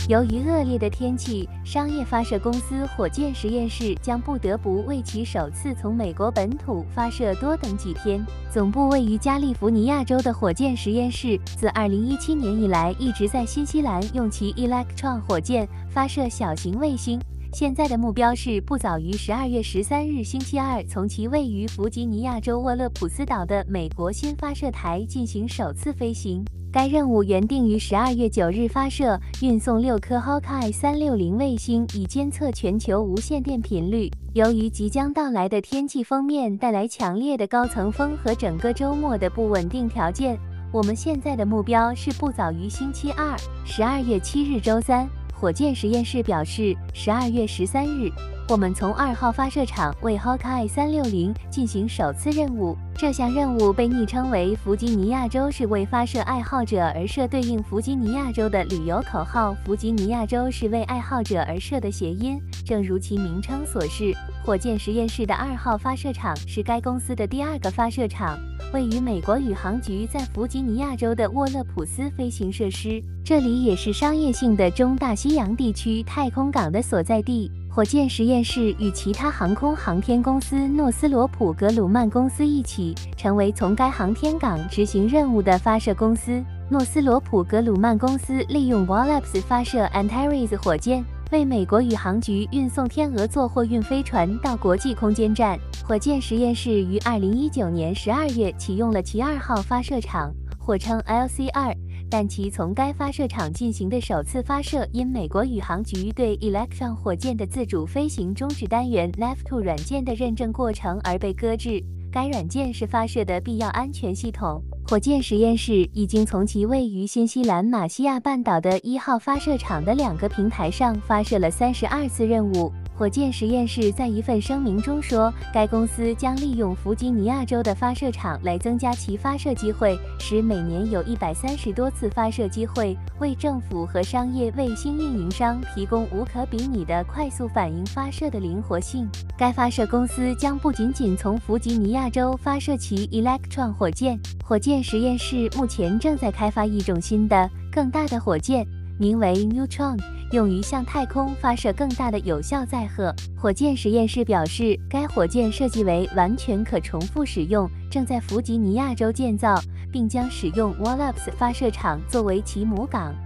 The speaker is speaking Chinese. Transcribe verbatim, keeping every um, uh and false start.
由于恶劣的天气，商业发射公司火箭实验室将不得不为其首次从美国本土发射多等几天。总部位于加利福尼亚州的火箭实验室，自二零一七年以来一直在新西兰用其 Electron 火箭发射小型卫星。现在的目标是不早于十二月十三日星期二，从其位于弗吉尼亚州沃勒普斯岛的美国新发射台进行首次飞行。该任务原定于十二月九日发射，运送六颗 Hawkeye 三六零卫星，以监测全球无线电频率。由于即将到来的天气锋面带来强烈的高层风和整个周末的不稳定条件，我们现在的目标是不早于星期二，十二月七日周三。火箭实验室表示，十二月十三日，我们从二号发射场为 Hawkeye 三六零进行首次任务。这项任务被昵称为弗吉尼亚州是为发射爱好者而设，对应弗吉尼亚州的旅游口号“弗吉尼亚州是为爱好者而设”的谐音。正如其名称所示，火箭实验室的二号发射场是该公司的第二个发射场，位于美国宇航局在弗吉尼亚州的沃勒普斯飞行设施，这里也是商业性的中大西洋地区太空港的所在地。火箭实验室与其他航空航天公司诺斯罗普格鲁曼公司一起，成为从该航天港执行任务的发射公司。诺斯罗普格鲁曼公司利用 Wallops 发射 Antares 火箭，为美国宇航局运送天鹅座货运飞船到国际空间站。火箭实验室于二零一九年十二月启用了其二号发射场，或称 L C 二。但其从该发射场进行的首次发射，因美国宇航局对 Electron 火箭的自主飞行中置单元 L E V 二 软件的认证过程而被搁置。该软件是发射的必要安全系统。火箭实验室已经从其位于新西兰马西亚半岛的一号发射场的两个平台上发射了三十二次任务。火箭实验室在一份声明中说，该公司将利用弗吉尼亚州的发射场来增加其发射机会，使每年有一百三十多次发射机会，为政府和商业卫星运营商提供无可比拟的快速反应发射的灵活性。该发射公司将不仅仅从弗吉尼亚州发射其 Electron 火箭，火箭实验室目前正在开发一种新的、更大的火箭，名为 Neutron， 用于向太空发射更大的有效载荷。火箭实验室表示，该火箭设计为完全可重复使用，正在弗吉尼亚州建造，并将使用 Wallops 发射场作为其母港。